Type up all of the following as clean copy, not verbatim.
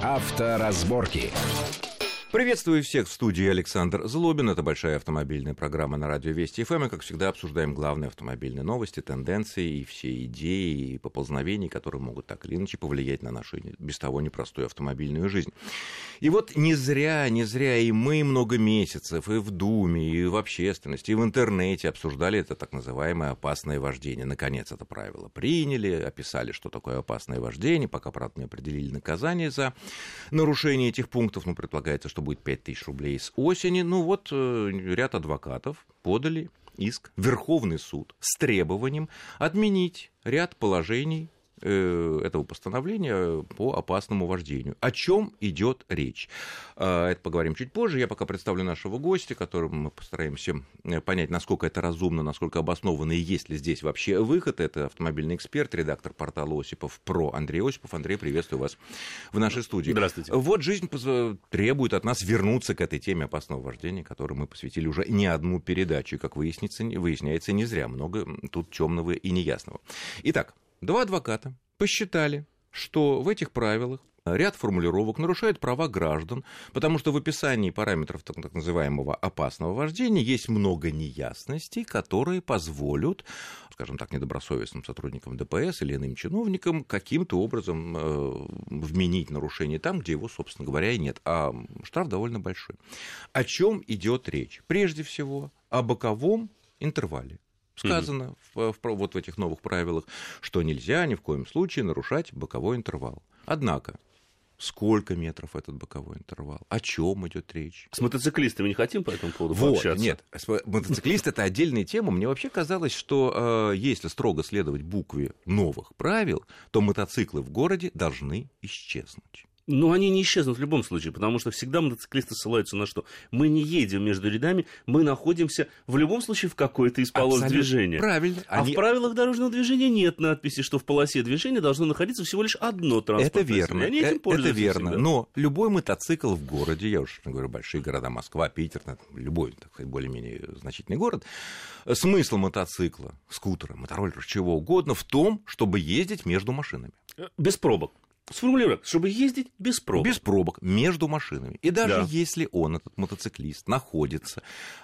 Авторазборки. Приветствую всех в студии Александр Злобин. Это большая автомобильная программа на радио Вести ФМ. И, как всегда, обсуждаем главные автомобильные новости, тенденции и все идеи и поползновения, которые могут так или иначе повлиять на нашу без того непростую автомобильную жизнь. И вот не зря и мы много месяцев и в Думе, и в общественности, и в интернете обсуждали это так называемое опасное вождение. Наконец, это правило приняли, описали, что такое опасное вождение, пока, правда, не определили наказание за нарушение этих пунктов. Ну, предполагается, что будет 5000 рублей с осени. Ну вот ряд адвокатов подали иск в Верховный суд с требованием отменить ряд положений этого постановления по опасному вождению. О чем идет речь? Это поговорим чуть позже. Я пока представлю нашего гостя, которым мы постараемся понять, насколько это разумно, насколько обоснованно и есть ли здесь вообще выход. Это автомобильный эксперт, редактор портала Осипов Про Андрей Осипов. Андрей, приветствую вас в нашей студии. Здравствуйте. Вот жизнь требует от нас вернуться к этой теме опасного вождения, которой мы посвятили уже не одну передачу. И, как выясняется, не зря. Много тут темного и неясного. Итак, два адвоката посчитали, что в этих правилах ряд формулировок нарушает права граждан, потому что в описании параметров так называемого опасного вождения есть много неясностей, которые позволят, скажем так, недобросовестным сотрудникам ДПС или иным чиновникам каким-то образом вменить нарушение там, где его, собственно говоря, и нет. А штраф довольно большой. О чем идет речь? Прежде всего, о боковом интервале. Сказано вот в этих новых правилах, что нельзя ни в коем случае нарушать боковой интервал. Однако, сколько метров этот боковой интервал? О чем идет речь? С мотоциклистами не хотим по этому поводу пообщаться? Нет, мотоциклист — это отдельная тема. Мне вообще казалось, что если строго следовать букве новых правил, то мотоциклы в городе должны исчезнуть. Но они не исчезнут в любом случае, потому что всегда мотоциклисты ссылаются на что? Мы не едем между рядами, мы находимся в любом случае в какой-то из полос движения. Правильно. В правилах дорожного движения нет надписи, что в полосе движения должно находиться всего лишь одно транспортное средство. Это верно, это верно. Но любой мотоцикл в городе, я уж говорю, большие города, Москва, Питер, любой, так сказать, более-менее значительный город, смысл мотоцикла, скутера, мотороллера, чего угодно в том, чтобы ездить между машинами. Без пробок. Сформулировать, чтобы ездить без пробок. Без пробок, между машинами. И даже если он, этот мотоциклист, находится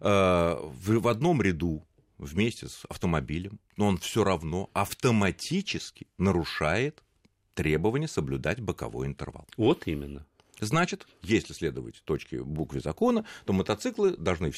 в одном ряду вместе с автомобилем, но он все равно автоматически нарушает требование соблюдать боковой интервал. Вот именно. Значит, если следовать букве закона, то мотоциклисты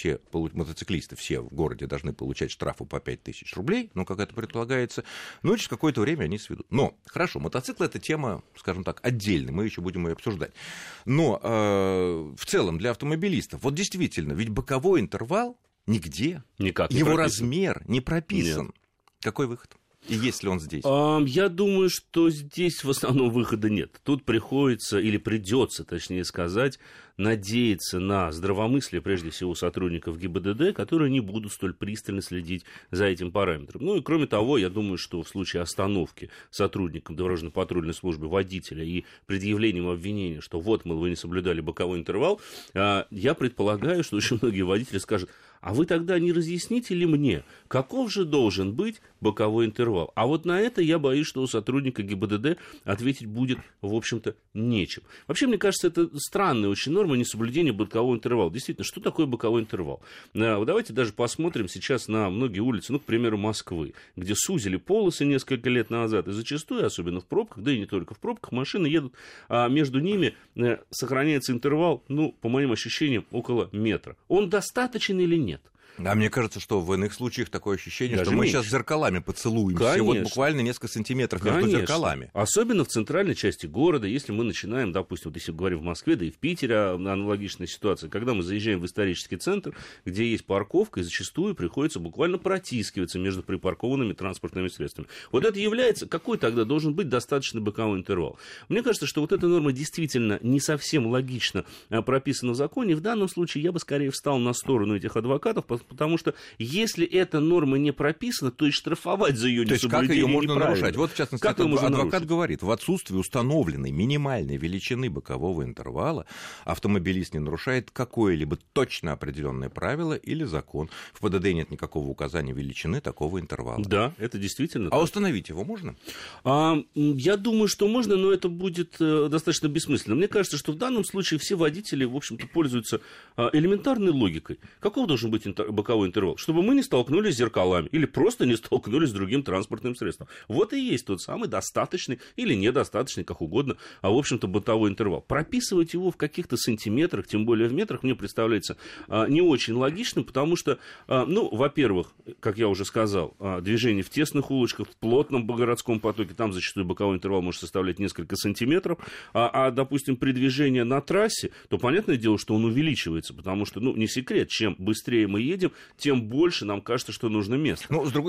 все в городе должны получать штрафы по 5000 рублей, как это предполагается, но через какое-то время они сведут. Но, хорошо, мотоциклы — это тема, скажем так, отдельная, мы еще будем ее обсуждать. Но в целом для автомобилистов, вот действительно, ведь боковой интервал нигде, никак не его прописан. Размер не прописан. Нет. Какой выход? И есть ли он здесь? Я думаю, что здесь в основном выхода нет. Тут приходится, или придется, точнее сказать, надеяться на здравомыслие, прежде всего, сотрудников ГИБДД, которые не будут столь пристально следить за этим параметром. Ну и кроме того, я думаю, что в случае остановки сотрудникам дорожно-патрульной службы водителя и предъявлением обвинения, что вот, мол, вы не соблюдали боковой интервал, я предполагаю, что очень многие водители скажут: а вы тогда не разъясните ли мне, каков же должен быть боковой интервал? А вот на это я боюсь, что у сотрудника ГИБДД ответить будет, в общем-то, нечем. Вообще, мне кажется, это странная очень норма несоблюдения бокового интервала. Действительно, что такое боковой интервал? Давайте даже посмотрим сейчас на многие улицы, к примеру, Москвы, где сузили полосы несколько лет назад, и зачастую, особенно в пробках, да и не только в пробках, машины едут, а между ними сохраняется интервал, по моим ощущениям, около метра. Он достаточен или нет? А мне кажется, что в иных случаях такое ощущение, даже что мы меньше. сейчас зеркалами поцелуемся. Конечно. Вот буквально несколько сантиметров между зеркалами. Особенно в центральной части города, если мы начинаем, допустим, если говорим в Москве, да и в Питере аналогичная ситуация, когда мы заезжаем в исторический центр, где есть парковка, и зачастую приходится буквально протискиваться между припаркованными транспортными средствами. Вот это является, какой тогда должен быть достаточный боковой интервал? Мне кажется, что вот эта норма действительно не совсем логично прописана в законе, и в данном случае я бы скорее встал на сторону этих адвокатов, транспорт, потому что если эта норма не прописана, то и штрафовать за ее несоблюдение неправильно. То есть как ее можно нарушать? Вот, в частности, адвокат нарушить? Говорит, в отсутствии установленной минимальной величины бокового интервала автомобилист не нарушает какое-либо точно определенное правило или закон. В ПДД нет никакого указания величины такого интервала. Да, это действительно так. А установить его можно? Я думаю, что можно, но это будет достаточно бессмысленно. Мне кажется, что в данном случае все водители, в общем-то, пользуются элементарной логикой. Каков должен быть боковой интервал? Чтобы мы не столкнулись с зеркалами или просто не столкнулись с другим транспортным средством. Вот и есть тот самый достаточный или недостаточный, как угодно, в общем-то, бытовой интервал. Прописывать его в каких-то сантиметрах, тем более в метрах, мне представляется не очень логичным, потому что, во-первых, как я уже сказал, движение в тесных улочках, в плотном городском потоке, там зачастую боковой интервал может составлять несколько сантиметров, допустим, при движении на трассе, то понятное дело, что он увеличивается, потому что, не секрет, чем быстрее мы едем, тем больше нам кажется, что нужно места.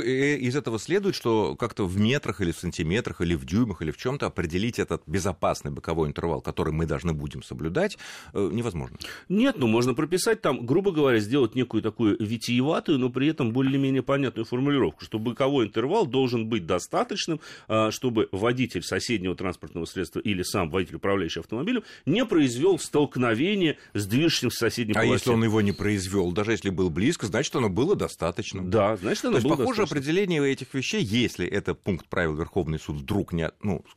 Из этого следует, что как-то в метрах или в сантиметрах, или в дюймах, или в чем-то определить этот безопасный боковой интервал, который мы должны будем соблюдать, невозможно. Нет, можно прописать там, грубо говоря, сделать некую такую витиеватую, но при этом более-менее понятную формулировку, что боковой интервал должен быть достаточным, чтобы водитель соседнего транспортного средства или сам водитель, управляющий автомобилем, не произвел столкновение с движущимся в соседней полосе. А если он его не произвел, даже если был близко, значит, оно было достаточно. Да, значит, оно было достаточно. Похоже, определение этих вещей, если это пункт правил Верховный суд вдруг не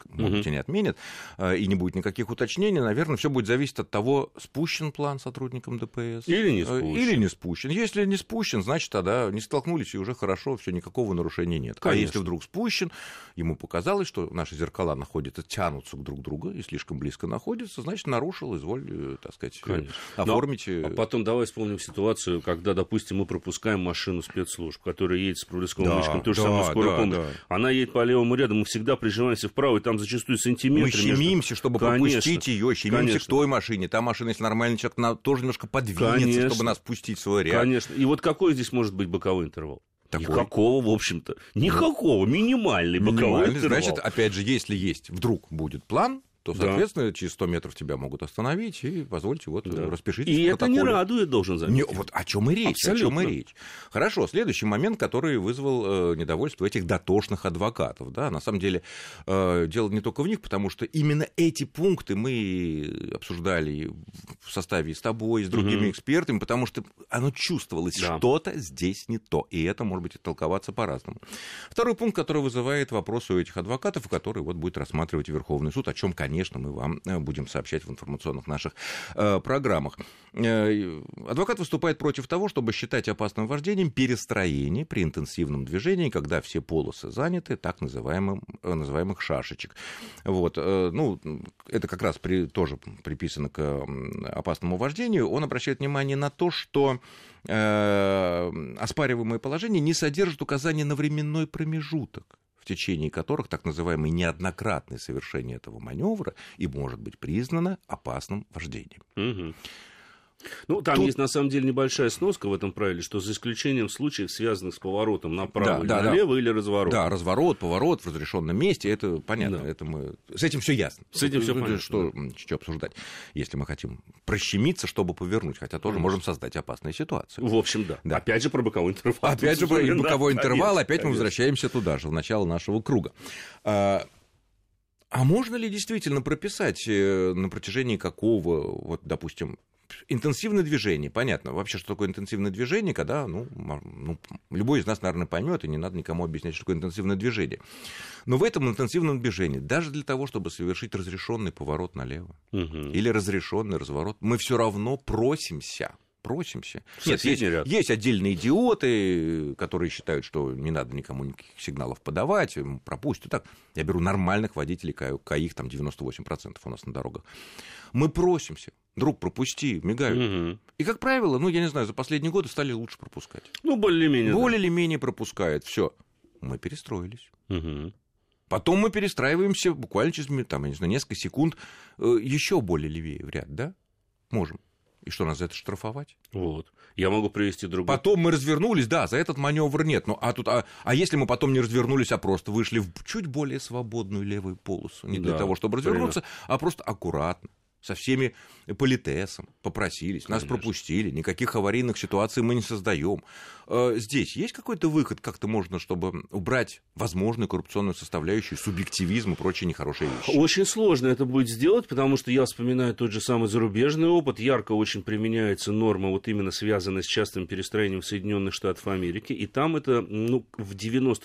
отменит и не будет никаких уточнений, наверное, все будет зависеть от того, спущен план сотрудникам ДПС или не спущен. Если не спущен, значит, тогда не столкнулись, и уже хорошо, все, никакого нарушения нет. Конечно. А если вдруг спущен, ему показалось, что наши зеркала тянутся друг к другу и слишком близко находятся, значит, нарушил, изволь, так сказать, оформить. Потом давай вспомним ситуацию, когда, допустим, мы пропускаем машину спецслужб, которая едет с проблесковым маячком, ту же самую скорую помощь. Она едет по левому ряду, мы всегда прижимаемся вправо, и там зачастую сантиметры. Мы щемимся, чтобы пропустить ее, щемимся к той машине. Та машина, если нормальный человек, тоже немножко подвинется, чтобы нас пустить в свой ряд. Конечно. И вот какой здесь может быть боковой интервал? Такой. Никакого, в общем-то. Никакого. Минимальный боковой интервал. Значит, опять же, если вдруг будет план, то, соответственно, через 100 метров тебя могут остановить и позвольте, распишитесь и в протоколе. Это не радует, должен заметить. Вот о чем и речь. Абсолютно. О чем и речь. Хорошо, следующий момент, который вызвал недовольство этих дотошных адвокатов. Да? На самом деле, дело не только в них, потому что именно эти пункты мы обсуждали в составе и с тобой, и с другими экспертами, потому что оно чувствовалось, что-то здесь не то, и это может быть толковаться по-разному. Второй пункт, который вызывает вопросы у этих адвокатов, и который будет рассматривать Верховный суд, о чем, конечно, мы вам будем сообщать в информационных наших программах. Адвокат выступает против того, чтобы считать опасным вождением перестроение при интенсивном движении, когда все полосы заняты так называемых шашечек. Это как раз тоже приписано к опасному вождению. Он обращает внимание на то, что оспариваемое положение не содержит указания на временной промежуток, в течение которых так называемое неоднократное совершение этого маневра и может быть признано опасным вождением. Там есть, на самом деле, небольшая сноска в этом правиле, что за исключением случаев, связанных с поворотом направо или налево, или разворот. Да, разворот, поворот в разрешенном месте, это понятно. Да. Это с этим все ясно. С этим все понятно. Что обсуждать, если мы хотим прощемиться, чтобы повернуть, хотя тоже можем создать опасную ситуацию. В общем, да. Опять же про боковой интервал. Опять же про боковой интервал, опять мы возвращаемся туда же, в начало нашего круга. А можно ли действительно прописать на протяжении какого, допустим, интенсивное движение, понятно. Вообще, что такое интенсивное движение, когда, любой из нас, наверное, поймет, и не надо никому объяснять, что такое интенсивное движение. Но в этом интенсивном движении, даже для того, чтобы совершить разрешенный поворот налево или разрешенный разворот, мы все равно просимся. Нет, есть отдельные идиоты, которые считают, что не надо никому никаких сигналов подавать, пропустят. Так, я беру нормальных водителей, КАИ, там 98% у нас на дорогах. Мы просимся. Друг, пропусти, мигают. И, как правило, за последние годы стали лучше пропускать. Более-менее. Более-менее пропускают. Все. Мы перестроились. Потом мы перестраиваемся буквально через несколько секунд еще более левее в ряд, да? Можем. И что, нас за это штрафовать? Я могу привести другой. Потом мы развернулись, да, за этот маневр нет. А если мы потом не развернулись, а просто вышли в чуть более свободную левую полосу? Не для того, чтобы развернуться, а просто аккуратно. со всеми политесом, попросились, нас пропустили, никаких аварийных ситуаций мы не создаем. Здесь есть какой-то выход, как-то можно, чтобы убрать возможную коррупционную составляющую, субъективизм и прочие нехорошие вещи? Очень сложно это будет сделать, потому что я вспоминаю тот же самый зарубежный опыт. Ярко очень применяется норма, вот именно связанная с частым перестроением Соединенных Штатов Америки, и там это в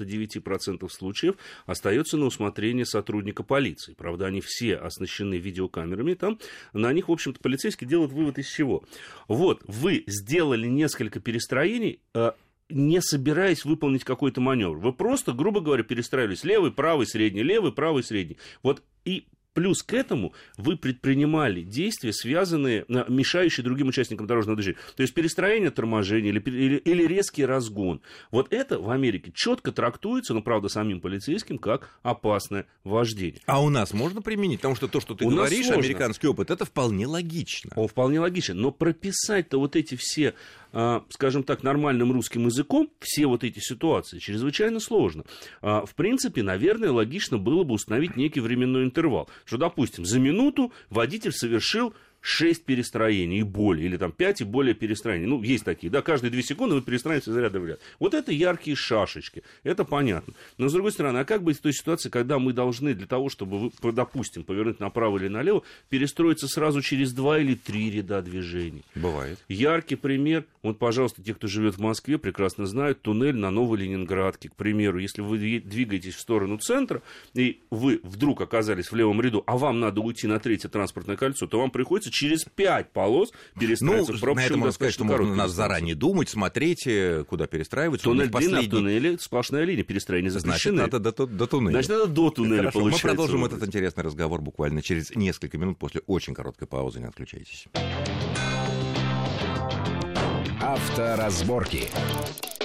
99% случаев остается на усмотрение сотрудника полиции. Правда, они все оснащены видеокамерами, там на них, в общем-то, полицейский делает вывод из чего. Вот, вы сделали несколько перестроений, не собираясь выполнить какой-то маневр. Вы просто, грубо говоря, перестраивались левый, правый, средний, левый, правый, средний. Вот и плюс к этому вы предпринимали действия, связанные, мешающие другим участникам дорожного движения. То есть перестроение, торможение или резкий разгон. Вот это в Америке четко трактуется, но, правда, самим полицейским, как опасное вождение. А у нас можно применить? Потому что то, что ты говоришь, американский опыт, это вполне логично. Он вполне логичен. Но прописать-то вот эти все, скажем так, нормальным русским языком, все вот эти ситуации чрезвычайно сложно. В принципе, наверное, логично было бы установить некий временной интервал. Что, допустим, за минуту водитель совершил 6 перестроений и более, или там 5 и более перестроений. Ну, есть такие, да, каждые 2 секунды вы перестраиваетесь из ряда в ряд. Вот это яркие шашечки, это понятно. Но, с другой стороны, а как быть в той ситуации, когда мы должны для того, чтобы, допустим, повернуть направо или налево, перестроиться сразу через 2 или 3 ряда движений? Бывает. Яркий пример, вот, пожалуйста, те, кто живет в Москве, прекрасно знают туннель на Новой Ленинградке, к примеру. Если вы двигаетесь в сторону центра, и вы вдруг оказались в левом ряду, а вам надо уйти на 3-е транспортное кольцо, то вам приходится через 5 полос перестраиваться в пробке. На это можно сказать, что можно нас заранее думать, смотреть, куда перестраиваться. Туннель длинный, в туннеле сплошная линия, перестроения запрещены. Значит, надо до туннеля. Значит, надо до туннеля, Хорошо, получается. мы продолжим этот интересный разговор буквально через несколько минут после очень короткой паузы. Не отключайтесь. Авторазборки.